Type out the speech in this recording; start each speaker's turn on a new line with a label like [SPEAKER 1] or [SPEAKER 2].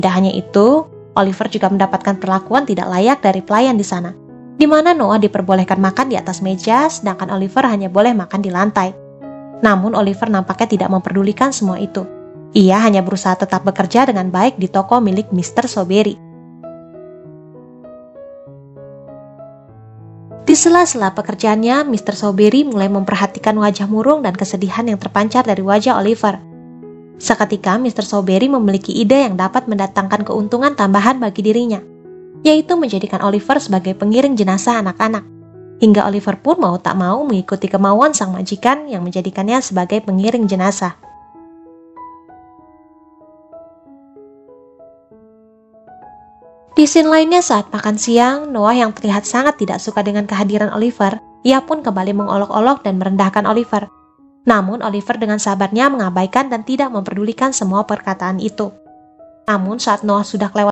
[SPEAKER 1] Tidak hanya itu, Oliver juga mendapatkan perlakuan tidak layak dari pelayan di sana, di mana Noah diperbolehkan makan di atas meja, sedangkan Oliver hanya boleh makan di lantai. Namun Oliver nampaknya tidak memperdulikan semua itu. Ia hanya berusaha tetap bekerja dengan baik di toko milik Mr. Soberry. Di sela-sela pekerjaannya, Mr. Soberry mulai memperhatikan wajah murung dan kesedihan yang terpancar dari wajah Oliver. Seketika, Mr. Soberry memiliki ide yang dapat mendatangkan keuntungan tambahan bagi dirinya, yaitu menjadikan Oliver sebagai pengiring jenazah anak-anak. Hingga Oliver pun mau tak mau mengikuti kemauan sang majikan yang menjadikannya sebagai pengiring jenazah. Di scene lainnya saat makan siang, Noah yang terlihat sangat tidak suka dengan kehadiran Oliver, ia pun kembali mengolok-olok dan merendahkan Oliver. Namun Oliver dengan sabarnya mengabaikan dan tidak memperdulikan semua perkataan itu. Namun saat Noah sudah kelewat